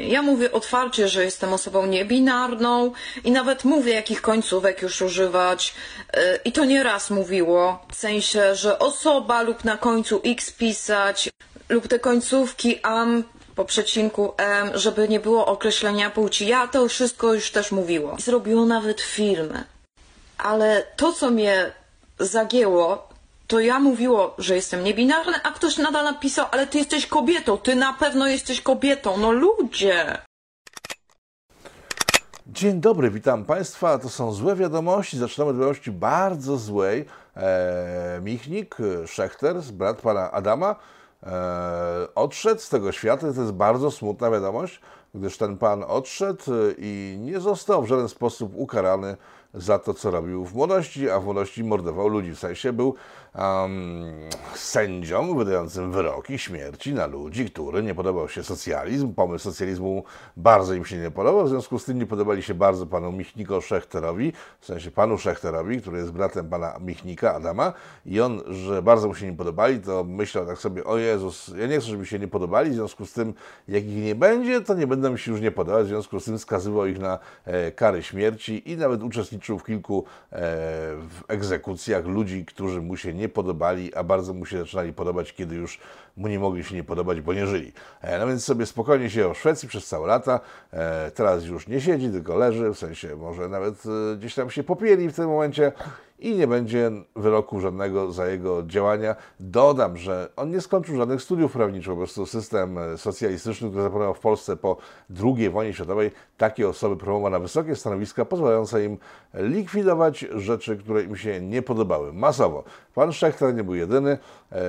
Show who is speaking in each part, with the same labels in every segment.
Speaker 1: Nie. Ja mówię otwarcie, że jestem osobą niebinarną i nawet mówię, jakich końcówek już używać. I to nie raz mówiło. W sensie, że osoba lub na końcu X pisać lub te końcówki am po przecinku M, żeby nie było określenia płci. Ja to wszystko już też mówiło. Zrobiło nawet filmy. Ale to, co mnie zagięło, to ja mówiło, że jestem niebinarny, a ktoś nadal napisał, ale ty jesteś kobietą, ty na pewno jesteś kobietą, no ludzie!
Speaker 2: Dzień dobry, witam Państwa. To są złe wiadomości. Zaczynamy od wiadomości bardzo złej. Michnik, Szechter, brat pana Adama, odszedł z tego świata. To jest bardzo smutna wiadomość, gdyż ten pan odszedł i nie został w żaden sposób ukarany za to, co robił w młodości, a w młodości mordował ludzi. W sensie był sędzią wydającym wyroki śmierci na ludzi, który nie podobał się socjalizm. Pomysł socjalizmu bardzo im się nie podobał, w związku z tym nie podobali się bardzo panu Michnikowi Szechterowi, w sensie panu Szechterowi, który jest bratem pana Michnika, Adama, i on, że bardzo mu się nie podobali, to myślał tak sobie, o Jezus, ja nie chcę, żeby mi się nie podobali, w związku z tym, jak ich nie będzie, to nie będą mi się już nie podobać, w związku z tym skazywał ich na kary śmierci i nawet uczestniczył w kilku w egzekucjach ludzi, którzy mu się nie podobali, a bardzo mu się zaczynali podobać, kiedy już mu nie mogli się nie podobać, bo nie żyli. No więc sobie spokojnie siedział w Szwecji przez całe lata, teraz już nie siedzi, tylko leży, w sensie może nawet gdzieś tam się popieli w tym momencie i nie będzie wyroku żadnego za jego działania. Dodam, że on nie skończył żadnych studiów prawniczych, po prostu system socjalistyczny, który zapanował w Polsce po II wojnie światowej, takie osoby promował na wysokie stanowiska, pozwalające im likwidować rzeczy, które im się nie podobały masowo. Pan Szechter nie był jedyny,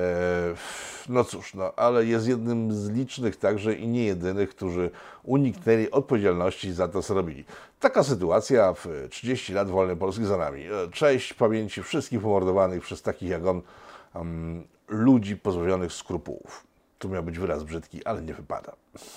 Speaker 2: no cóż, no, ale jest jednym z licznych także i nie jedynych, którzy uniknęli odpowiedzialności za to, co robili. Taka sytuacja w 30 lat wolnej Polski za nami. Cześć pamięci wszystkich pomordowanych przez takich jak on ludzi pozbawionych skrupułów. Tu miał być wyraz brzydki, ale nie wypada.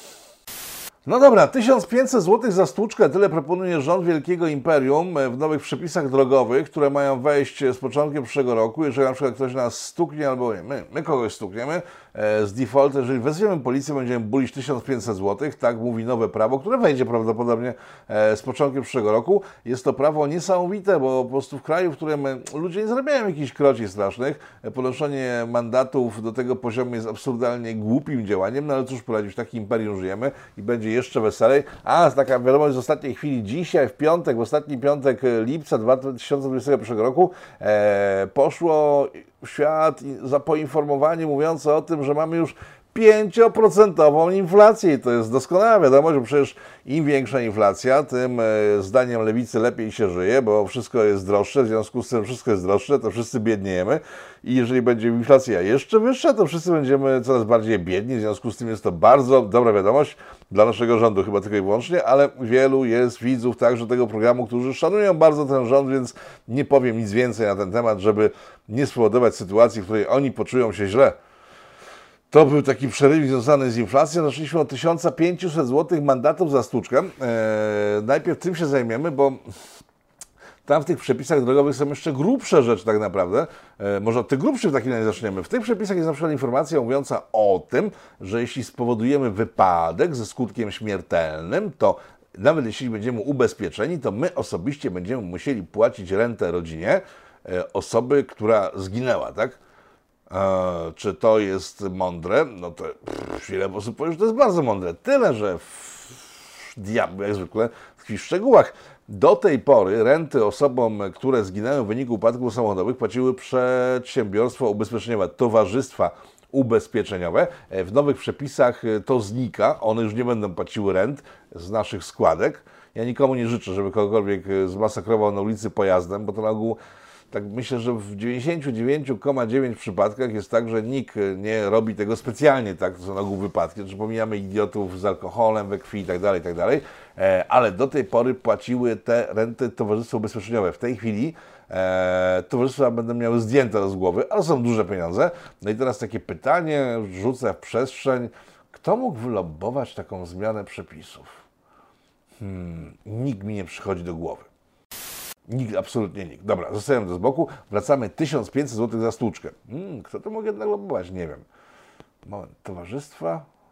Speaker 2: No dobra, 1500 zł za sztuczkę, tyle proponuje rząd Wielkiego Imperium w nowych przepisach drogowych, które mają wejść z początkiem przyszłego roku. Jeżeli na przykład ktoś nas stuknie, albo nie, my kogoś stukniemy, z defaultu, jeżeli wezwiemy policję, będziemy bulić 1500 zł, tak mówi nowe prawo, które wejdzie prawdopodobnie z początkiem przyszłego roku. Jest to prawo niesamowite, bo po prostu w kraju, w którym ludzie nie zarabiają jakichś kroci strasznych, podnoszenie mandatów do tego poziomu jest absurdalnie głupim działaniem, no ale cóż poradzić, w takim imperium żyjemy i będzie jeszcze weselej. A taka wiadomość z ostatniej chwili, dzisiaj w piątek, w ostatni piątek lipca 2021 roku poszło w świat za poinformowanie mówiące o tym, że mamy już 5% inflację i to jest doskonała wiadomość, bo przecież im większa inflacja, tym zdaniem lewicy lepiej się żyje, bo wszystko jest droższe, w związku z tym wszystko jest droższe, to wszyscy biedniejemy i jeżeli będzie inflacja jeszcze wyższa, to wszyscy będziemy coraz bardziej biedni, w związku z tym jest to bardzo dobra wiadomość dla naszego rządu, chyba tylko i wyłącznie, ale wielu jest widzów także tego programu, którzy szanują bardzo ten rząd, więc nie powiem nic więcej na ten temat, żeby nie spowodować sytuacji, w której oni poczują się źle. To był taki przerywnik związany z inflacją. Zaczęliśmy od 1500 zł mandatów za sztuczkę. Najpierw tym się zajmiemy, bo tam w tych przepisach drogowych są jeszcze grubsze rzeczy tak naprawdę. Może od tych grubszych w takim razie zaczniemy. W tych przepisach jest na przykład informacja mówiąca o tym, że jeśli spowodujemy wypadek ze skutkiem śmiertelnym, to nawet jeśli będziemy ubezpieczeni, to my osobiście będziemy musieli płacić rentę rodzinie osoby, która zginęła, tak? Czy to jest mądre? No to wiele osób powie, że to jest bardzo mądre. Tyle, że diabeł jak zwykle tkwi w szczegółach. Do tej pory renty osobom, które zginęły w wyniku upadków samochodowych, płaciły przedsiębiorstwa ubezpieczeniowe, towarzystwa ubezpieczeniowe. W nowych przepisach to znika. One już nie będą płaciły rent z naszych składek. Ja nikomu nie życzę, żeby kogokolwiek zmasakrował na ulicy pojazdem, bo to na ogół tak myślę, że w 99,9% przypadkach jest tak, że nikt nie robi tego specjalnie, tak, to są na ogół wypadki, że pomijamy idiotów z alkoholem we krwi i tak dalej, ale do tej pory płaciły te renty towarzystwa ubezpieczeniowe. W tej chwili towarzystwa będą miały zdjęte z głowy, ale są duże pieniądze. No i teraz takie pytanie rzucę w przestrzeń, kto mógł wylobbować taką zmianę przepisów? Nikt mi nie przychodzi do głowy. Nikt, absolutnie nikt. Dobra, zostawiam to z boku. Wracamy 1500 zł za sztuczkę. Kto to mógł jednak lobować? Nie wiem. Moment. Towarzystwa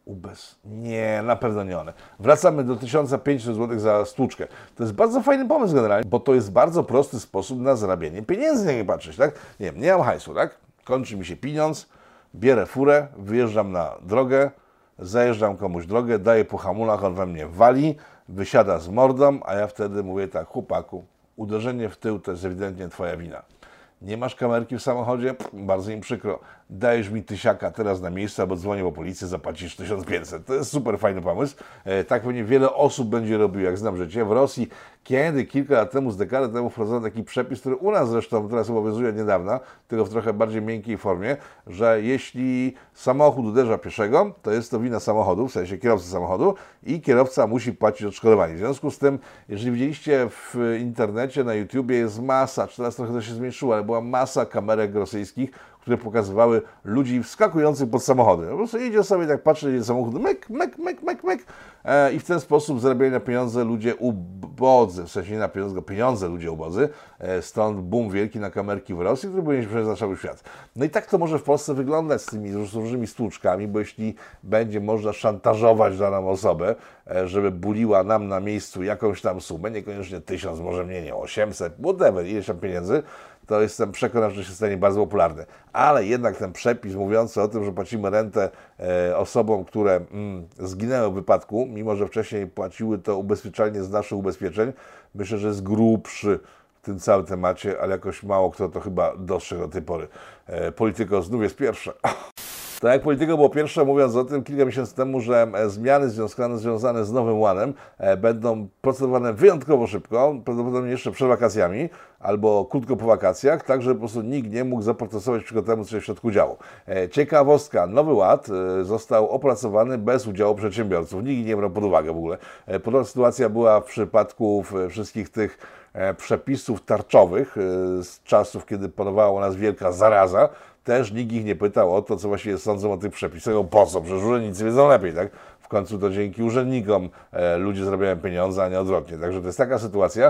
Speaker 2: Nie, na pewno nie one. Wracamy do 1500 zł za stłuczkę. To jest bardzo fajny pomysł generalnie, bo to jest bardzo prosty sposób na zarabianie pieniędzy, nie patrzeć, tak? Nie wiem, nie mam hajsu, tak? Kończy mi się pieniądz, bierę furę, wyjeżdżam na drogę, zajeżdżam komuś drogę, daję po hamulach, on we mnie wali, wysiada z mordą, a ja wtedy mówię tak, chłopaku, uderzenie w tył to jest ewidentnie twoja wina. Nie masz kamerki w samochodzie? Bardzo im przykro. Dajesz mi 1000 teraz na miejsce, albo dzwonię po policję, zapłacisz 1500. To jest super fajny pomysł. Tak pewnie wiele osób będzie robiło, jak znam życie. W Rosji kilka lat temu, z dekady temu wprowadzono taki przepis, który u nas zresztą teraz obowiązuje od niedawna, tylko w trochę bardziej miękkiej formie, że jeśli samochód uderza pieszego, to jest to wina samochodu, w sensie kierowcy samochodu i kierowca musi płacić odszkodowanie. W związku z tym, jeżeli widzieliście w internecie, na YouTubie jest masa, czy teraz trochę to się zmniejszyło, ale była masa kamerek rosyjskich, które pokazywały ludzi wskakujących pod samochody. Po prostu idzie sobie, tak patrzy, idzie samochód, myk, myk, myk, myk, myk. I w ten sposób zarabiają na pieniądze ludzie ubodzy, w sensie nie na pieniądze, tylko pieniądze ludzie ubodzy. Stąd boom wielki na kamerki w Rosji, który powinien się przejść na cały świat. No i tak to może w Polsce wyglądać z tymi różnymi stłuczkami, bo jeśli będzie można szantażować daną osobę, żeby buliła nam na miejscu jakąś tam sumę, niekoniecznie 1000, może mniej, nie 800, whatever, ileś tam pieniędzy, to jestem przekonany, że się stanie bardzo popularny. Ale jednak ten przepis mówiący o tym, że płacimy rentę osobom, które zginęły w wypadku, mimo że wcześniej płaciły to ubezpieczalnie z naszych ubezpieczeń, myślę, że jest grubszy w tym całym temacie, ale jakoś mało kto to chyba dostrzegł do tej pory. Polityko znów jest pierwsze. Tak jak Polityko było pierwsze, mówiąc o tym kilka miesięcy temu, że zmiany związane z Nowym Ładem będą procedowane wyjątkowo szybko, prawdopodobnie jeszcze przed wakacjami albo krótko po wakacjach, tak żeby po prostu nikt nie mógł zaprotestować przeciwko temu, co się w środku działo. Ciekawostka, Nowy Ład został opracowany bez udziału przedsiębiorców. Nikt nie brał pod uwagę w ogóle. Podobna sytuacja była w przypadku wszystkich tych przepisów tarczowych z czasów, kiedy panowała u nas wielka zaraza. Też nikt ich nie pytał o to, co właściwie sądzą o tych przepisach, po co, przecież urzędnicy wiedzą lepiej, tak? W końcu to dzięki urzędnikom ludzie zarabiają pieniądze, a nie odwrotnie. Także to jest taka sytuacja.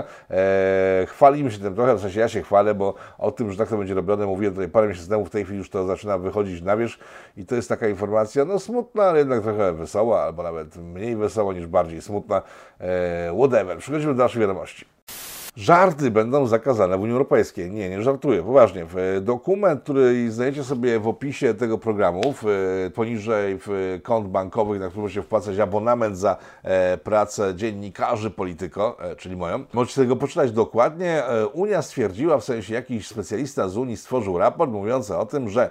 Speaker 2: Chwalimy się tym trochę, w sensie ja się chwalę, bo o tym, że tak to będzie robione, mówiłem tutaj parę miesięcy temu, w tej chwili już to zaczyna wychodzić na wierzch i to jest taka informacja, no smutna, ale jednak trochę wesoła, albo nawet mniej wesoła niż bardziej smutna. Whatever. Przechodzimy do naszej wiadomości. Żarty będą zakazane w Unii Europejskiej. Nie żartuję, poważnie. Dokument, który znajdziecie sobie w opisie tego programu, poniżej kont bankowych, na którym się wpłacać abonament za pracę dziennikarzy Polityko, czyli moją. Możecie tego poczytać dokładnie. Unia stwierdziła, w sensie jakiś specjalista z Unii stworzył raport mówiący o tym, że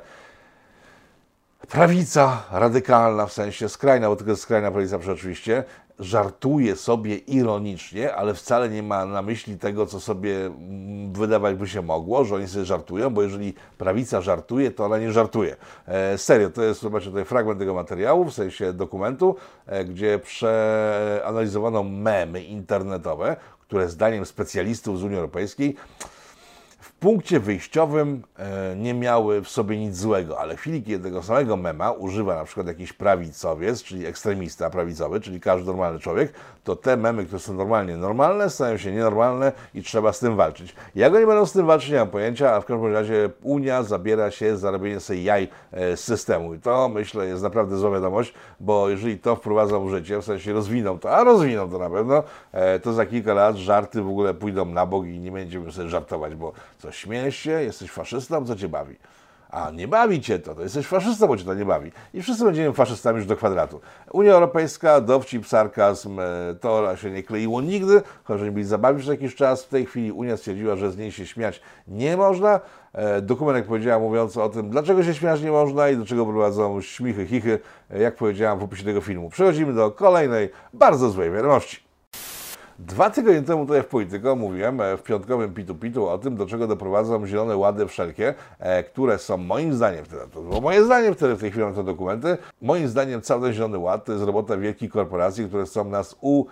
Speaker 2: prawica radykalna, w sensie skrajna, bo tylko jest skrajna prawica oczywiście, żartuje sobie ironicznie, ale wcale nie ma na myśli tego, co sobie wydawać by się mogło, że oni sobie żartują, bo jeżeli prawica żartuje, to ona nie żartuje. Serio, to jest, zobaczcie tutaj fragment tego materiału, w sensie dokumentu, gdzie przeanalizowano memy internetowe, które zdaniem specjalistów z Unii Europejskiej w punkcie wyjściowym nie miały w sobie nic złego, ale w chwili, kiedy tego samego mema używa na przykład jakiś prawicowiec, czyli ekstremista prawicowy, czyli każdy normalny człowiek, to te memy, które są normalne, stają się nienormalne i trzeba z tym walczyć. Jak oni będą z tym walczyć, nie mam pojęcia, a w każdym razie Unia zabiera się za robienie sobie jaj z systemu. I to, myślę, jest naprawdę zła wiadomość, bo jeżeli to wprowadzą w życie, w sensie rozwiną to, a rozwiną to na pewno, to za kilka lat żarty w ogóle pójdą na bok i nie będziemy sobie żartować, bo co, śmiejesz się, jesteś faszystą, co cię bawi? A nie bawi cię to jesteś faszystą, bo cię to nie bawi. I wszyscy będziemy faszystami już do kwadratu. Unia Europejska, dowcip, sarkazm, to się nie kleiło nigdy, chociaż nie byli zabawić przez jakiś czas. W tej chwili Unia stwierdziła, że z niej się śmiać nie można. Dokument, jak powiedziałem, mówiący o tym, dlaczego się śmiać nie można i do czego prowadzą śmichy, chichy, jak powiedziałem w opisie tego filmu. Przechodzimy do kolejnej, bardzo złej wiadomości. 2 tygodnie temu tutaj w Polityko mówiłem w piątkowym pitu o tym, do czego doprowadzą zielone łady wszelkie, które są moim zdaniem, to było moje zdanie wtedy, w tej chwili mam te dokumenty, moim zdaniem cały ten zielony ład to jest robota wielkich korporacji, które chcą nas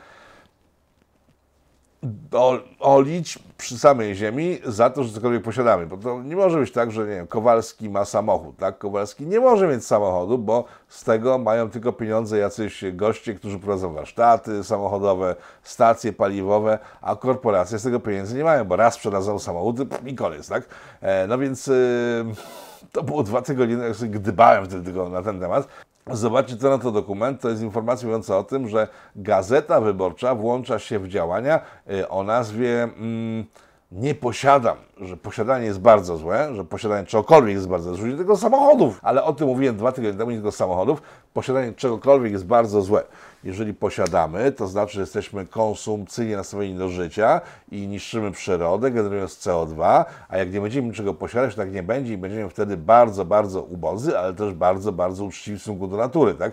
Speaker 2: olić przy samej ziemi za to, że cokolwiek posiadamy. Bo to nie może być tak, że nie wiem, Kowalski ma samochód, tak? Kowalski nie może mieć samochodu, bo z tego mają tylko pieniądze jacyś goście, którzy prowadzą warsztaty samochodowe, stacje paliwowe, a korporacje z tego pieniędzy nie mają, bo raz sprzedadzą samochód i koniec, tak? No więc to było 2 tygodnie, jak sobie gdybałem wtedy tylko na ten temat. Zobaczcie, co na to dokument. To jest informacja mówiąca o tym, że Gazeta Wyborcza włącza się w działania o nazwie nie posiadam, że posiadanie jest bardzo złe, że posiadanie czegokolwiek jest bardzo złe, nie tylko samochodów, ale o tym mówiłem 2 tygodnie temu, nie tylko samochodów, posiadanie czegokolwiek jest bardzo złe. Jeżeli posiadamy, to znaczy, że jesteśmy konsumpcyjnie nastawieni do życia i niszczymy przyrodę, generując CO2, a jak nie będziemy niczego posiadać, to tak nie będzie i będziemy wtedy bardzo, bardzo ubodzy, ale też bardzo, bardzo uczciwi w stosunku do natury, tak?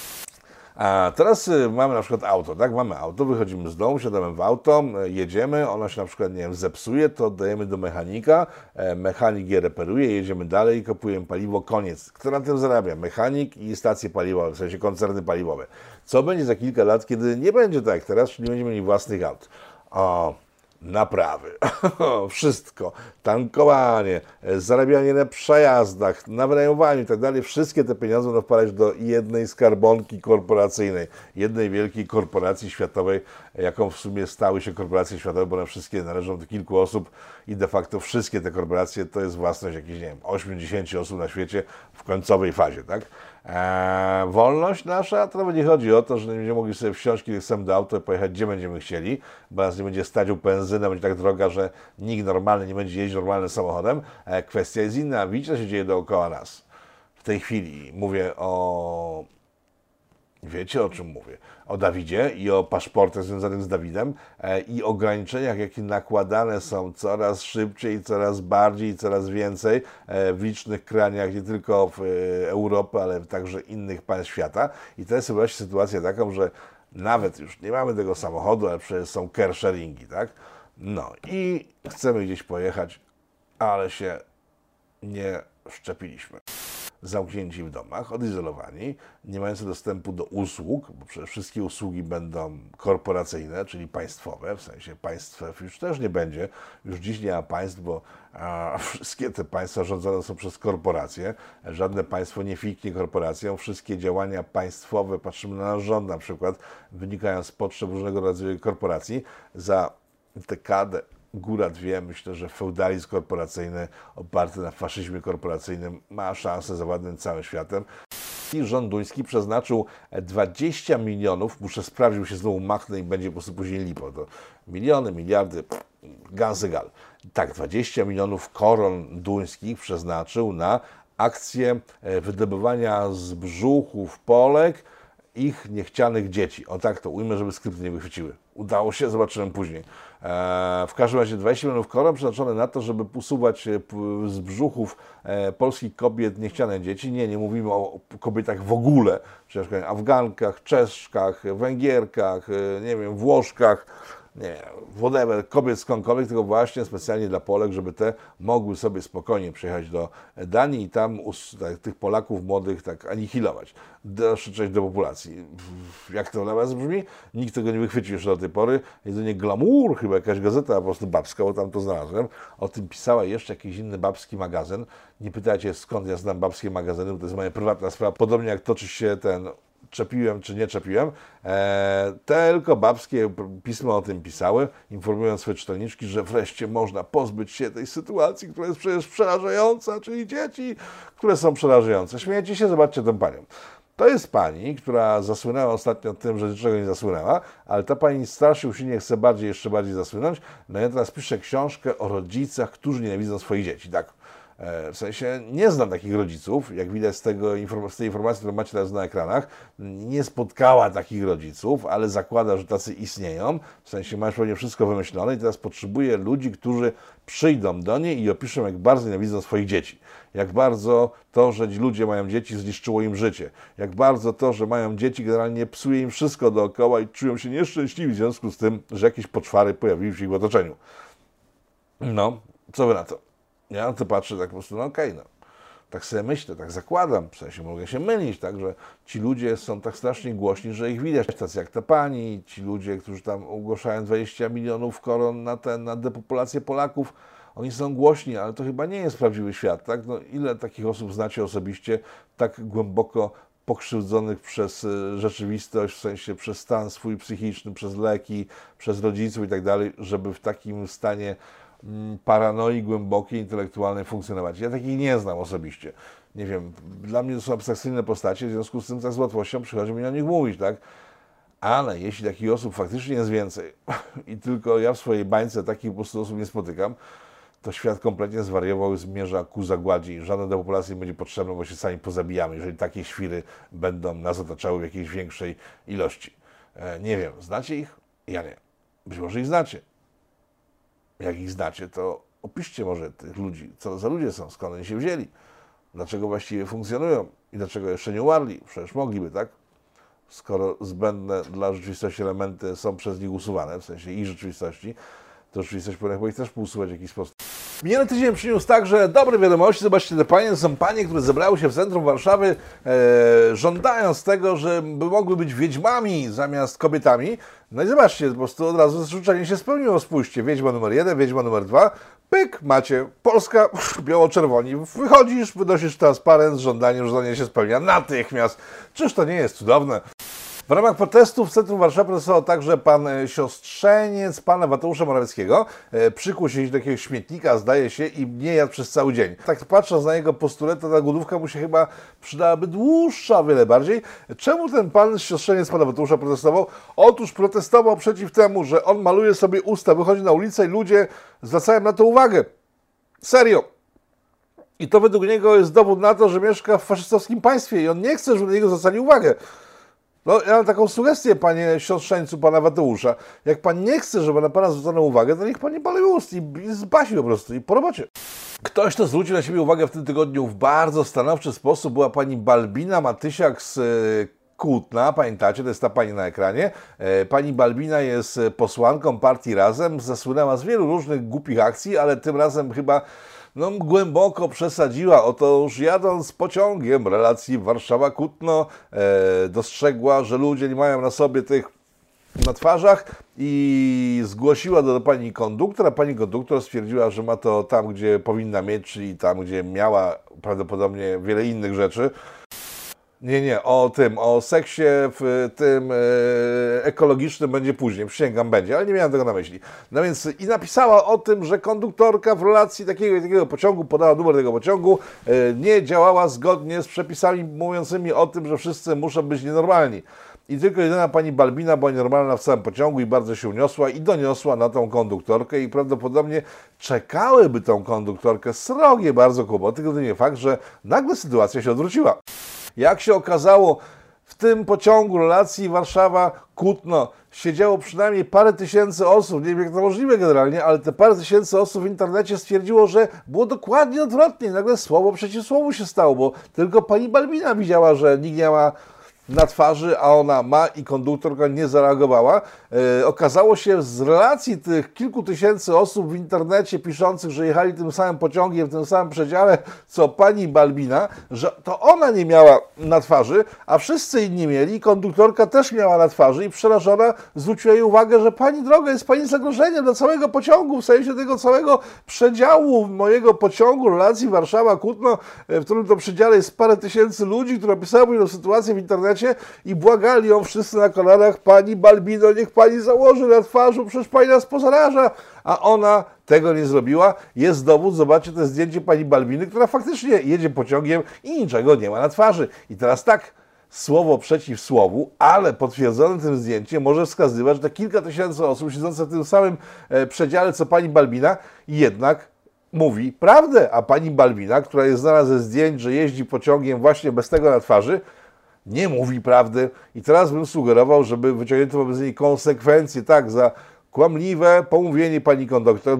Speaker 2: A teraz mamy na przykład auto, tak? Mamy auto, wychodzimy z domu, siadamy w auto, jedziemy, ono się na przykład, nie wiem, zepsuje, to oddajemy do mechanika, mechanik je reperuje, jedziemy dalej i kupujemy paliwo, koniec. Kto na tym zarabia? Mechanik i stacje paliwowe, w sensie koncerny paliwowe. Co będzie za kilka lat, kiedy nie będzie tak jak teraz, czyli nie będziemy mieli własnych aut? O, naprawy, wszystko, tankowanie, zarabianie na przejazdach, na wynajmowaniu i tak dalej, wszystkie te pieniądze będą wpadać do jednej skarbonki korporacyjnej, jednej wielkiej korporacji światowej, jaką w sumie stały się korporacje światowe, bo one wszystkie należą do kilku osób i de facto wszystkie te korporacje to jest własność jakichś, nie wiem, 80 osób na świecie w końcowej fazie, tak? Wolność nasza, to nawet nie chodzi o to, że nie będziemy mogli sobie wsiąść, kiedy chcemy do auta i pojechać, gdzie będziemy chcieli, bo nas nie będzie stać benzyna, będzie tak droga, że nikt normalny nie będzie jeździć normalnym samochodem. Kwestia jest inna. Widzicie, co się dzieje dookoła nas. W tej chwili mówię o... Wiecie, o czym mówię? O Dawidzie i o paszportach związanych z Dawidem i ograniczeniach, jakie nakładane są coraz szybciej, coraz bardziej, coraz więcej w licznych krajach, nie tylko w Europy, ale także innych państw świata. I to jest właśnie sytuacja taką, że nawet już nie mamy tego samochodu, ale przecież są carsharingi, tak? No i chcemy gdzieś pojechać, ale się nie szczepiliśmy. Zamknięci w domach, odizolowani, nie mający dostępu do usług, bo przecież wszystkie usługi będą korporacyjne, czyli państwowe, w sensie państw już też nie będzie, już dziś nie ma państw, bo wszystkie te państwa rządzone są przez korporacje, żadne państwo nie fiknie korporacją, wszystkie działania państwowe, patrzymy na nasz rząd na przykład, wynikają z potrzeb różnego rodzaju korporacji. Za dekadę, góra dwie, myślę, że feudalizm korporacyjny oparty na faszyzmie korporacyjnym ma szansę zawładnąć całym światem. I rząd duński przeznaczył 20 milionów, muszę sprawdzić, się znowu machnę i będzie po prostu później lipo. To miliony, miliardy, ganz egal. Tak, 20 milionów koron duńskich przeznaczył na akcję wydobywania z brzuchów Polek ich niechcianych dzieci. O tak to ujmę, żeby skrypty nie wychwyciły. Udało się, zobaczyłem później. W każdym razie 20 milionów koron przeznaczone na to, żeby usuwać z brzuchów polskich kobiet niechciane dzieci. Nie mówimy o kobietach w ogóle, przecież Afgankach, Czeszkach, Węgierkach, nie wiem, Włoszkach, nie, whatever, kobiet skądkolwiek, tylko właśnie specjalnie dla Polek, żeby te mogły sobie spokojnie przyjechać do Danii i tam tych Polaków młodych tak anihilować. Dalsza część depopulacji. Jak to dla Was brzmi? Nikt tego nie wychwycił jeszcze do tej pory. Jedynie Glamour, chyba jakaś gazeta po prostu babska, bo tam to znalazłem. O tym pisała jeszcze jakiś inny babski magazyn. Nie pytajcie, skąd ja znam babskie magazyny, bo to jest moja prywatna sprawa. Podobnie jak toczy się ten... czepiłem czy nie czepiłem, tylko babskie pisma o tym pisały, informując swoje czytelniczki, że wreszcie można pozbyć się tej sytuacji, która jest przecież przerażająca, czyli dzieci, które są przerażające. Śmiejecie się? Zobaczcie tę panią. To jest pani, która zasłynęła ostatnio tym, że niczego nie zasłynęła, ale ta pani starszy usilnie chce jeszcze bardziej zasłynąć. No i teraz pisze książkę o rodzicach, którzy nienawidzą swoich dzieci. Tak. W sensie nie znam takich rodziców, jak widać z tej informacji, którą macie teraz na ekranach. Nie spotkała takich rodziców, ale zakłada, że tacy istnieją. W sensie ma już pewnie wszystko wymyślone i teraz potrzebuje ludzi, którzy przyjdą do niej i opiszą, jak bardzo nienawidzą swoich dzieci. Jak bardzo to, że ludzie mają dzieci, zniszczyło im życie. Jak bardzo to, że mają dzieci, generalnie psuje im wszystko dookoła i czują się nieszczęśliwi w związku z tym, że jakieś poczwary pojawiły się w ich otoczeniu. No, co wy na to? Ja na to patrzę tak po prostu, no okej, no. Tak sobie myślę, tak zakładam, w sensie mogę się mylić, tak, że ci ludzie są tak strasznie głośni, że ich widać, tacy jak ta pani, ci ludzie, którzy tam ogłaszają 20 milionów koron na depopulację Polaków, oni są głośni, ale to chyba nie jest prawdziwy świat, tak? No, ile takich osób znacie osobiście, tak głęboko pokrzywdzonych przez rzeczywistość, w sensie przez stan swój psychiczny, przez leki, przez rodziców i tak dalej, żeby w takim stanie paranoi głębokiej, intelektualnej funkcjonować. Ja takich nie znam osobiście. nie wiem, dla mnie to są abstrakcyjne postacie, w związku z tym tak z łatwością przychodzi mi o nich mówić, tak? Ale jeśli takich osób faktycznie jest więcej i tylko ja w swojej bańce takich po prostu osób nie spotykam, to świat kompletnie zwariował i zmierza ku zagładzie. Żadna depopulacja nie będzie potrzebna, bo się sami pozabijamy, jeżeli takie świry będą nas otaczały w jakiejś większej ilości. Nie wiem, znacie ich? Ja nie. Być może ich znacie. Jak ich znacie, to opiszcie może tych ludzi, co za ludzie są, skąd oni się wzięli, dlaczego właściwie funkcjonują i dlaczego jeszcze nie umarli. Przecież mogliby, tak? Skoro zbędne dla rzeczywistości elementy są przez nich usuwane, w sensie ich rzeczywistości, to rzeczywistość powinna chyba ich też pousuwać w jakiś sposób. Miniony tydzień przyniósł także dobre wiadomości. Zobaczcie, te panie to są panie, które zebrały się w centrum Warszawy, żądając tego, żeby mogły być wiedźmami zamiast kobietami. No i zobaczcie, po prostu od razu życzenie się spełniło. Spójrzcie, wiedźma numer 1, wiedźma numer 2. Pyk, macie Polska, biało-czerwoni. Wychodzisz, wynosisz transparent z żądaniem, że żądanie się spełnia natychmiast. Czyż to nie jest cudowne? W ramach protestów w centrum Warszawy protestował także pan siostrzeniec pana Mateusza Morawieckiego. Przykuł się do jakiegoś śmietnika, zdaje się, i nie jadł przez cały dzień. Tak patrząc na jego postulę, to ta głodówka mu się chyba przydałaby dłuższa o wiele bardziej. Czemu ten pan siostrzeniec pana Mateusza protestował? Otóż protestował przeciw temu, że on maluje sobie usta, wychodzi na ulicę i ludzie zwracają na to uwagę. Serio. I to według niego jest dowód na to, że mieszka w faszystowskim państwie i on nie chce, żeby na niego zwracali uwagę. No, ja mam taką sugestię, panie siostrzeńcu pana Mateusza. Jak pan nie chce, żeby na pana zwrócono uwagę, to niech pan nie maluje ust i zbasi po prostu i po robocie. Ktoś, kto zwrócił na siebie uwagę w tym tygodniu w bardzo stanowczy sposób, była pani Balbina Matysiak z Kutna. Pamiętacie, to jest ta pani na ekranie. Pani Balbina jest posłanką partii Razem, zasłynęła z wielu różnych głupich akcji, ale tym razem chyba głęboko przesadziła. Otóż jadąc pociągiem relacji Warszawa-Kutno, dostrzegła, że ludzie nie mają na sobie tych na twarzach i zgłosiła do pani konduktor, a pani konduktor stwierdziła, że ma to tam, gdzie powinna mieć, czyli tam, gdzie miała prawdopodobnie wiele innych rzeczy. Nie, o seksie w tym ekologicznym będzie później, przysięgam, będzie, ale nie miałem tego na myśli. No więc i napisała o tym, że konduktorka w relacji takiego i takiego pociągu, podała numer tego pociągu, nie działała zgodnie z przepisami mówiącymi o tym, że wszyscy muszą być nienormalni. I tylko jedyna pani Balbina była normalna w całym pociągu i bardzo się uniosła i doniosła na tą konduktorkę i prawdopodobnie czekałyby tą konduktorkę srogie bardzo kłopoty, gdyby nie fakt, że nagle sytuacja się odwróciła. Jak się okazało, w tym pociągu relacji Warszawa-Kutno siedziało przynajmniej parę tysięcy osób, nie wiem jak to możliwe generalnie, ale te parę tysięcy osób w internecie stwierdziło, że było dokładnie odwrotnie. Nagle słowo przeciw słowu się stało, bo tylko pani Balbina widziała, że nikt nie ma na twarzy, a ona ma i konduktorka nie zareagowała. Okazało się z relacji tych kilku tysięcy osób w internecie piszących, że jechali tym samym pociągiem, w tym samym przedziale, co pani Balbina, że to ona nie miała na twarzy, a wszyscy inni mieli, konduktorka też miała na twarzy i przerażona zwróciła jej uwagę, że pani droga, jest pani zagrożeniem dla całego pociągu, w sensie tego całego przedziału mojego pociągu relacji Warszawa-Kutno, w którym to przedziale jest parę tysięcy ludzi, które opisały tę sytuację w internecie i błagali ją wszyscy na kolanach: pani Balbino, niech pani założy na twarzy, przecież pani nas pozaraża, a ona tego nie zrobiła. Jest dowód, zobaczcie, to jest zdjęcie pani Balbiny, która faktycznie jedzie pociągiem i niczego nie ma na twarzy. I teraz tak, słowo przeciw słowu, ale potwierdzone tym zdjęciem może wskazywać, że te kilka tysięcy osób siedzące w tym samym przedziale co pani Balbina jednak mówi prawdę, a pani Balbina, która jest znana ze zdjęć, że jeździ pociągiem właśnie bez tego na twarzy, nie mówi prawdy. I teraz bym sugerował, żeby wyciągnięto wobec niej konsekwencje, tak, za kłamliwe pomówienie pani konduktor,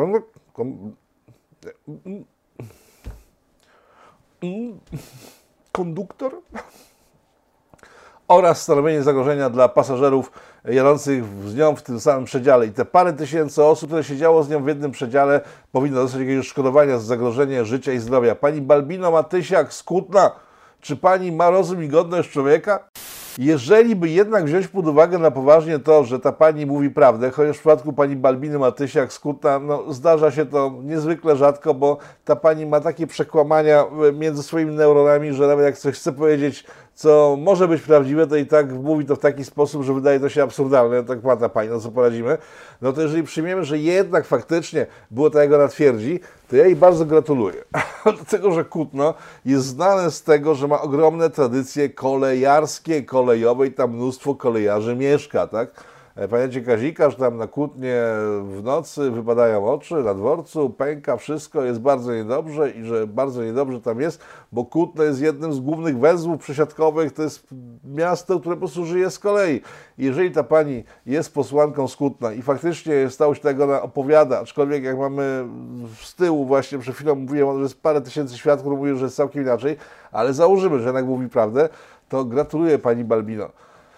Speaker 2: oraz stanowienie zagrożenia dla pasażerów jadących z nią w tym samym przedziale. I te parę tysięcy osób, które siedziało z nią w jednym przedziale, powinno dostać jakiegoś odszkodowania za zagrożenie życia i zdrowia. Pani Balbino Matysiak z Kutna, czy pani ma rozum i godność człowieka? Jeżeli by jednak wziąć pod uwagę na poważnie to, że ta pani mówi prawdę, chociaż w przypadku pani Balbiny Matysiak z Kutna, zdarza się to niezwykle rzadko, bo ta pani ma takie przekłamania między swoimi neuronami, że nawet jak coś chce powiedzieć, co może być prawdziwe, to i tak mówi to w taki sposób, że wydaje to się absurdalne, tak płata pani, no co poradzimy. No to jeżeli przyjmiemy, że jednak faktycznie było tak, jak ona twierdzi, to ja jej bardzo gratuluję. Dlatego, że Kutno jest znane z tego, że ma ogromne tradycje kolejarskie, kolejowe i tam mnóstwo kolejarzy mieszka, tak? Pamiętacie Kazika, że tam na Kutnie w nocy wypadają oczy, na dworcu pęka wszystko, jest bardzo niedobrze i że bardzo niedobrze tam jest, bo Kutno jest jednym z głównych węzłów przesiadkowych, to jest miasto, które po prostu żyje z kolei. Jeżeli ta pani jest posłanką z Kutna i faktycznie stało się tego, ona opowiada, aczkolwiek jak mamy z tyłu właśnie, przed chwilą mówiłem, że jest parę tysięcy świadków, które mówią, że jest całkiem inaczej, ale założymy, że jednak mówi prawdę, to gratuluję pani Balbino.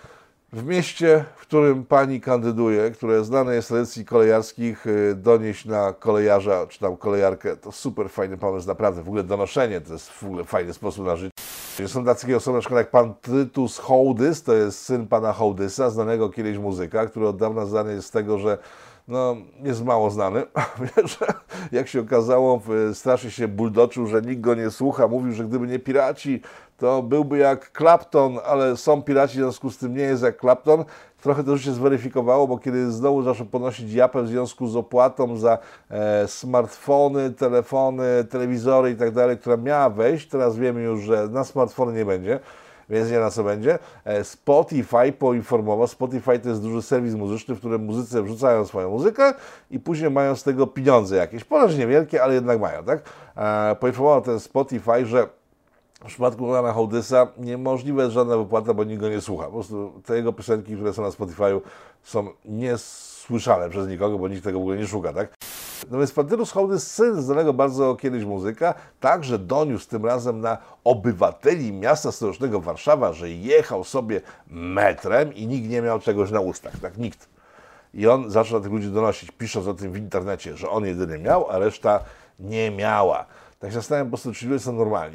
Speaker 2: W mieście, w którym pani kandyduje, które znane jest z tradycji kolejarskich, donieść na kolejarza czy tam kolejarkę, to super fajny pomysł, naprawdę. W ogóle donoszenie to jest w ogóle fajny sposób na życie. Są takie osoby, na przykład jak pan Tytus Hołdys, to jest syn pana Hołdysa, znanego kiedyś muzyka, który od dawna znany jest z tego, że no, jest mało znany, że jak się okazało, strasznie się buldoczył, że nikt go nie słucha, mówił, że gdyby nie piraci, to byłby jak Clapton, ale są piraci, w związku z tym nie jest jak Clapton. Trochę to już się zweryfikowało, bo kiedy znowu zaczął ponosić japę w związku z opłatą za smartfony, telefony, telewizory i tak dalej, która miała wejść, teraz wiemy już, że na smartfony nie będzie. Więc nie na co będzie. Spotify poinformował, Spotify to jest duży serwis muzyczny, w którym muzycy wrzucają swoją muzykę i później mają z tego pieniądze jakieś. Ponoć niewielkie, ale jednak mają, tak? Poinformował ten Spotify, że w przypadku pana Hołdysa niemożliwe jest żadna wypłata, bo nikt go nie słucha. Po prostu te jego piosenki, które są na Spotify'u, są niesłyszane przez nikogo, bo nikt tego w ogóle nie szuka, tak? No więc pan Tytus Hołdys, syn znanego bardzo kiedyś muzyka, także doniósł tym razem na obywateli miasta stołecznego Warszawa, że jechał sobie metrem i nikt nie miał czegoś na ustach, tak? Nikt. I on zaczął na tych ludzi donosić, pisząc o tym w internecie, że on jedyny miał, a reszta nie miała. Tak się zastanawiam po prostu, czy ludzie są normalni.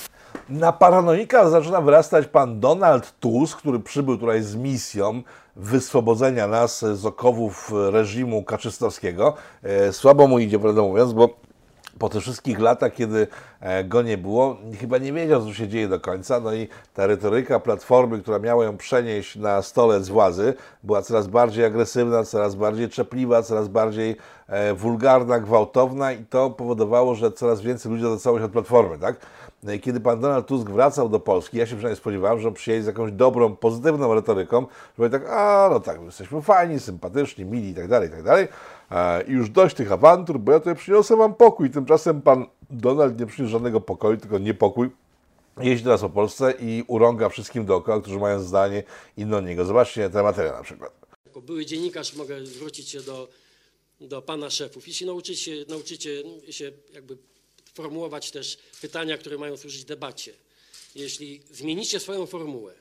Speaker 2: Na paranoika zaczyna wyrastać pan Donald Tusk, który przybył tutaj z misją wyswobodzenia nas z okowów reżimu kaczystowskiego. Słabo mu idzie, prawdę mówiąc, bo po tych wszystkich latach, kiedy go nie było, chyba nie wiedział, co się dzieje do końca. No i ta retoryka Platformy, która miała ją przenieść na stolec władzy, była coraz bardziej agresywna, coraz bardziej czepliwa, coraz bardziej wulgarna, gwałtowna i to powodowało, że coraz więcej ludzi odwracało się od Platformy, tak? No i kiedy pan Donald Tusk wracał do Polski, ja się przynajmniej spodziewałem, że on przyjedzie z jakąś dobrą, pozytywną retoryką, że tak, no tak, my jesteśmy fajni, sympatyczni, mili i tak dalej, i tak dalej. I już dość tych awantur, bo ja tutaj przyniosę wam pokój. Tymczasem pan Donald nie przyniósł żadnego pokoju, tylko niepokój. Jeździ teraz po Polsce i urąga wszystkim dookoła, którzy mają zdanie inne od niego. Zobaczcie tę materię na przykład.
Speaker 3: Jako były dziennikarz mogę zwrócić się do pana szefów. Jeśli nauczycie się jakby formułować też pytania, które mają służyć debacie. Jeśli zmienicie swoją formułę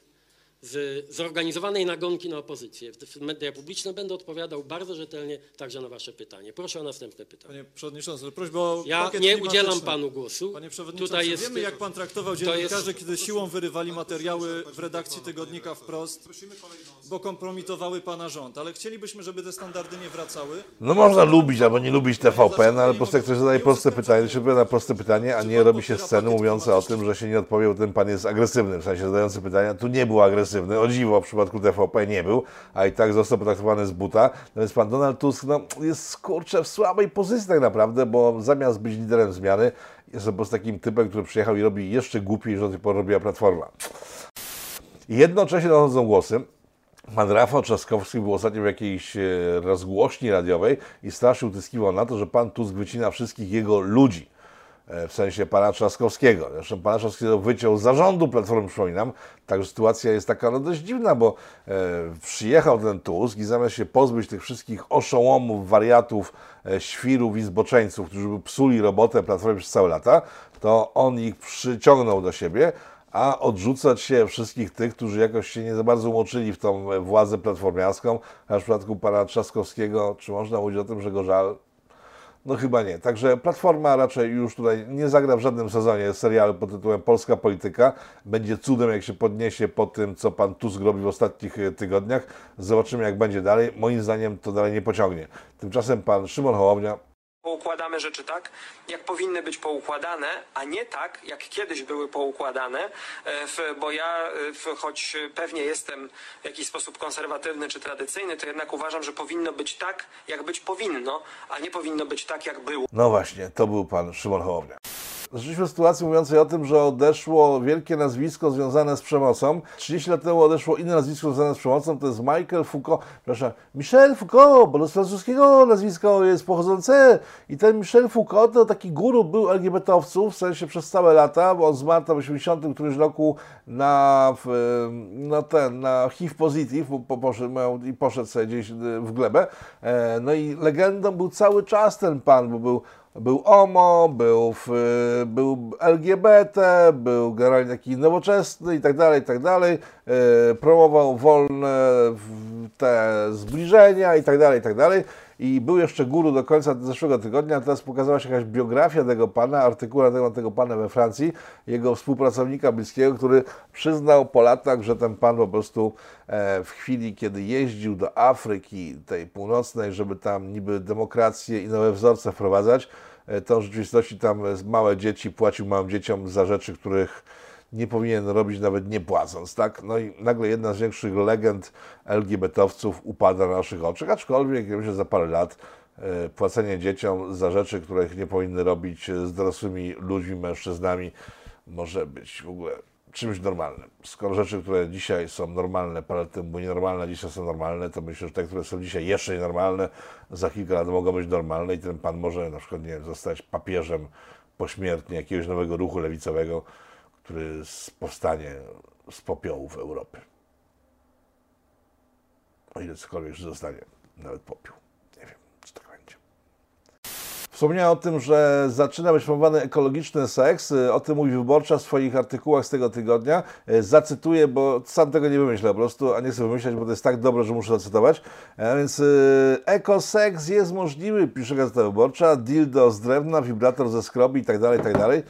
Speaker 3: z zorganizowanej nagonki na opozycję w media publiczne, będę odpowiadał bardzo rzetelnie także na wasze pytanie. Proszę o następne pytanie.
Speaker 4: Panie przewodniczący, prośba o
Speaker 3: Ja
Speaker 4: pakiet
Speaker 3: nie
Speaker 4: klimatyczny.
Speaker 3: udzielam panu głosu.
Speaker 4: Panie przewodniczący,
Speaker 3: Tutaj jest,
Speaker 4: wiemy, jak pan traktował dziennikarzy, kiedy siłą wyrywali materiały w redakcji tygodnika Wprost, bo kompromitowały pana rząd. Ale chcielibyśmy, żeby te standardy nie wracały.
Speaker 2: No można lubić albo nie lubić TVP, no ale po prostu jak ktoś zadaje proste pytanie, to się odpowiada na proste pytanie, a nie robi się sceny mówiące o tym, że się nie odpowie, bo ten pan jest agresywny. W sensie zadający pytania, tu nie był agresywny. O dziwo, w przypadku TVP nie był, a i tak został potraktowany z buta. No więc pan Donald Tusk jest, kurczę, w słabej pozycji tak naprawdę, bo zamiast być liderem zmiany, jest po prostu takim typem, który przyjechał i robi jeszcze głupiej, niż do tej pory robiła Platforma. I jednocześnie dochodzą głosy. Pan Rafał Trzaskowski był ostatnio w jakiejś rozgłośni radiowej i strasznie utyskiwał na to, że pan Tusk wycina wszystkich jego ludzi. W sensie pana Trzaskowskiego. Zresztą pana Trzaskowskiego wyciął z zarządu Platformy, przypominam. Także sytuacja jest taka dość dziwna, bo przyjechał ten Tusk i zamiast się pozbyć tych wszystkich oszołomów, wariatów, świrów i zboczeńców, którzy by psuli robotę Platformy przez całe lata, to on ich przyciągnął do siebie, a odrzucać się wszystkich tych, którzy jakoś się nie za bardzo umoczyli w tą władzę platformiarską. A w przypadku pana Trzaskowskiego, czy można mówić o tym, że go żal? No chyba nie. Także Platforma raczej już tutaj nie zagra w żadnym sezonie serialu pod tytułem Polska Polityka. Będzie cudem, jak się podniesie po tym, co pan Tusk robi w ostatnich tygodniach. Zobaczymy, jak będzie dalej. Moim zdaniem to dalej nie pociągnie. Tymczasem pan Szymon Hołownia
Speaker 5: Poukładamy rzeczy tak, jak powinny być poukładane, a nie tak, jak kiedyś były poukładane, bo ja, choć pewnie jestem w jakiś sposób konserwatywny czy tradycyjny, to jednak uważam, że powinno być tak, jak być powinno, a nie powinno być tak, jak było.
Speaker 2: No właśnie, to był pan Szymon Hołownia. Żyliśmy w sytuacji mówiącej o tym, że odeszło wielkie nazwisko związane z przemocą. 30 lat temu odeszło inne nazwisko związane z przemocą, to jest Michel Foucault, bo to z francuskiego nazwisko jest pochodzące. I ten Michel Foucault to taki guru był LGBT-owców, w sensie przez całe lata, bo on zmarł w 80 którymś roku na HIV positive i poszedł sobie gdzieś w glebę. No i legendą był cały czas ten pan, bo był homo, był LGBT, był generalnie taki nowoczesny i tak dalej, promował wolne te zbliżenia i tak dalej. I był jeszcze guru do końca zeszłego tygodnia, a teraz pokazała się jakaś biografia tego pana, artykuł na temat tego pana we Francji, jego współpracownika bliskiego, który przyznał po latach, że ten pan po prostu w chwili, kiedy jeździł do Afryki tej północnej, żeby tam niby demokrację i nowe wzorce wprowadzać, to w rzeczywistości tam małe dzieci płacił małym dzieciom za rzeczy, których nie powinien robić nawet nie płacąc, tak? No i nagle jedna z większych legend LGBT-owców upada na naszych oczach, aczkolwiek ja myślę, że za parę lat płacenie dzieciom za rzeczy, których nie powinny robić z dorosłymi ludźmi, mężczyznami, może być w ogóle czymś normalnym. Skoro rzeczy, które dzisiaj są normalne, parę lat temu były nienormalne, dzisiaj są normalne, to myślę, że te, które są dzisiaj jeszcze nienormalne, za kilka lat mogą być normalne i ten pan może na przykład, nie wiem, zostać papieżem pośmiertnie jakiegoś nowego ruchu lewicowego, który powstanie z popiołów Europy. O ile cokolwiek już zostanie, nawet popiół. Nie wiem, czy tak będzie. Wspomniałem o tym, że zaczyna być promowany ekologiczny seks. O tym mówi Wyborcza w swoich artykułach z tego tygodnia. Zacytuję, bo sam tego nie wymyślę po prostu, a nie chcę wymyślać, bo to jest tak dobre, że muszę zacytować. A więc ekoseks jest możliwy, pisze Gazeta Wyborcza. Dildo z drewna, wibrator ze skrobi i tak dalej.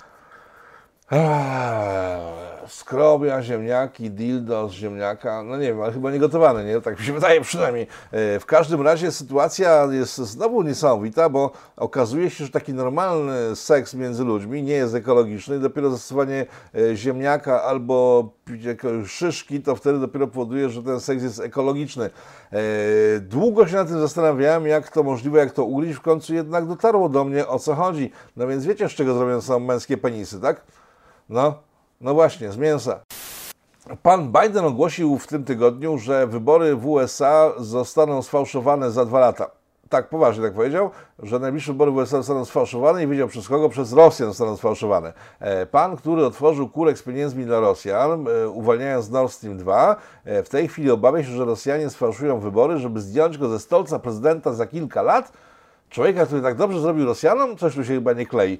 Speaker 2: Skrobia, ziemniaki, dildo z ziemniaka, no nie wiem, ale chyba nie gotowane, nie? Tak mi się wydaje przynajmniej. W każdym razie sytuacja jest znowu niesamowita, bo okazuje się, że taki normalny seks między ludźmi nie jest ekologiczny i dopiero zastosowanie ziemniaka albo jakiegoś szyszki, to wtedy dopiero powoduje, że ten seks jest ekologiczny. Długo się nad tym zastanawiałem, jak to możliwe, jak to ugryźć, w końcu jednak dotarło do mnie, o co chodzi. No więc wiecie, z czego zrobione są męskie penisy, tak? No właśnie, z mięsa. Pan Biden ogłosił w tym tygodniu, że wybory w USA zostaną sfałszowane za 2 lata. Tak, poważnie tak powiedział, że najbliższe wybory w USA zostaną sfałszowane i wiedział przez kogo? Przez Rosjan zostaną sfałszowane. Pan, który otworzył kurek z pieniędzmi dla Rosjan, uwalniając Nord Stream 2, w tej chwili obawia się, że Rosjanie sfałszują wybory, żeby zdjąć go ze stolca prezydenta za kilka lat. Człowieka, który tak dobrze zrobił Rosjanom, coś tu się chyba nie klei.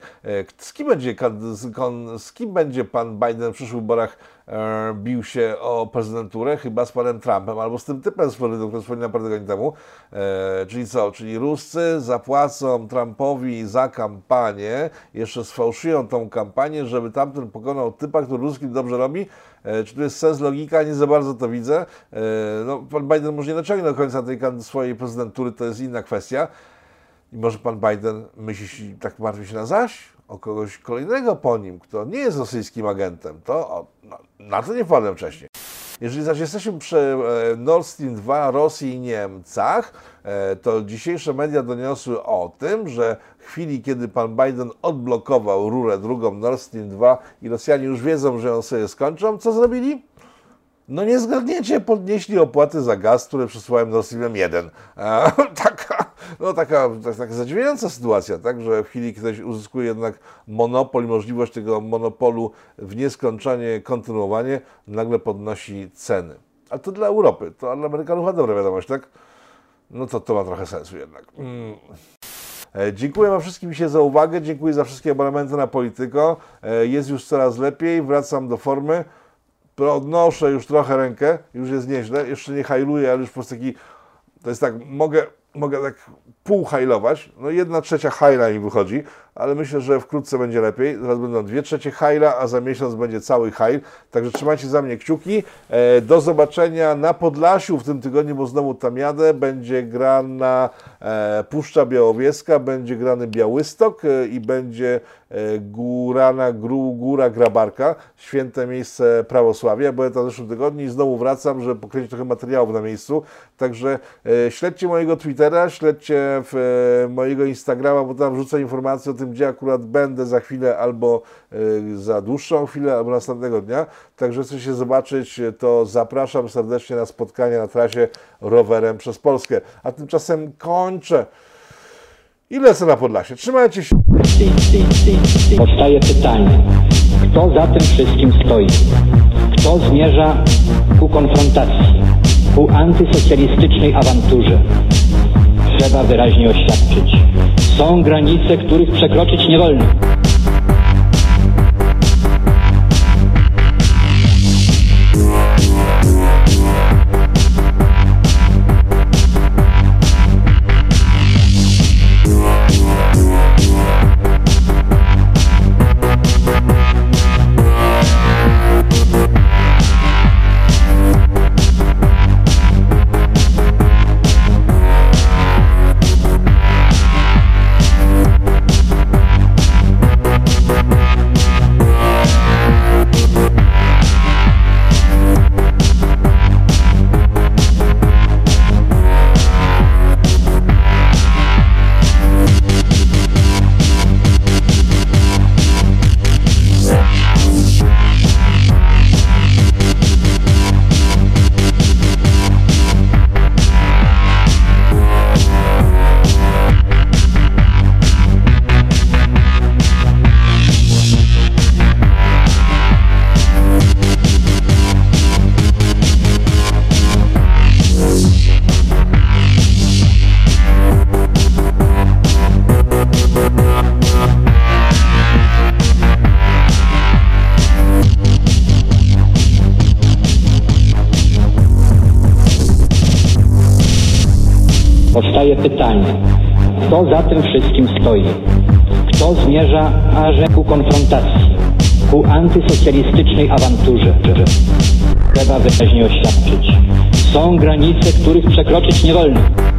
Speaker 2: Z kim będzie pan Biden w przyszłych wyborach bił się o prezydenturę? Chyba z panem Trumpem, albo z tym typem z Florydą, który wspominałem parę tygodni temu. Czyli co? Czyli Ruscy zapłacą Trumpowi za kampanię, jeszcze sfałszują tą kampanię, żeby tamten pokonał typa, który ruskim dobrze robi. Czy to jest sens, logika? Nie za bardzo to widzę. No, pan Biden może nie dociągnie do końca tej swojej prezydentury, to jest inna kwestia. I może pan Biden myśli, tak martwi się na zaś o kogoś kolejnego po nim, kto nie jest rosyjskim agentem, to na to nie wpadłem wcześniej. Jeżeli zaś jesteśmy przy Nord Stream 2, Rosji i Niemcach, to dzisiejsze media doniosły o tym, że w chwili, kiedy pan Biden odblokował rurę drugą Nord Stream 2 i Rosjanie już wiedzą, że ją sobie skończą, co zrobili? No nie zgadniecie, podnieśli opłaty za gaz, które przesyłałem Nord Streamem 1. Taka zadziwiająca sytuacja, tak, że w chwili ktoś uzyskuje jednak monopol i możliwość tego monopolu w nieskończenie kontynuowanie, nagle podnosi ceny. Ale to dla Europy, to dla Amerykanów ma dobra wiadomość, tak? No to ma trochę sensu jednak. Dziękuję wam wszystkim za uwagę, dziękuję za wszystkie abonamenty na Polityko. Jest już coraz lepiej, wracam do formy. Podnoszę już trochę rękę, już jest nieźle, jeszcze nie hajluję, ale już po prostu taki, to jest tak, mogę tak pół hajlować, no 1/3 hajla mi wychodzi, ale myślę, że wkrótce będzie lepiej. Zaraz będą 2/3 Hajla, a za miesiąc będzie cały Hajl. Także trzymajcie za mnie kciuki. Do zobaczenia na Podlasiu w tym tygodniu, bo znowu tam jadę. Będzie grana Puszcza Białowieska, będzie grany Białystok i będzie Góra Grabarka, święte miejsce prawosławia. Byłem tam w zeszłym tygodniu i znowu wracam, żeby pokręcić trochę materiałów na miejscu. Także śledźcie mojego Twittera, śledźcie mojego Instagrama, bo tam wrzucę informacje o tym, gdzie akurat będę za chwilę, albo za dłuższą chwilę, albo następnego dnia. Także chcecie zobaczyć, to zapraszam serdecznie na spotkanie na trasie rowerem przez Polskę. A tymczasem kończę i lecę na Podlasie. Trzymajcie się.
Speaker 6: Powstaje pytanie, kto za tym wszystkim stoi? Kto zmierza ku konfrontacji, ku antysocjalistycznej awanturze? Trzeba wyraźnie oświadczyć. Są granice, których przekroczyć nie wolno. Powstaje pytanie, kto za tym wszystkim stoi? Kto zmierza ku konfrontacji, ku antysocjalistycznej awanturze? Trzeba wyraźnie oświadczyć. Są granice, których przekroczyć nie wolno.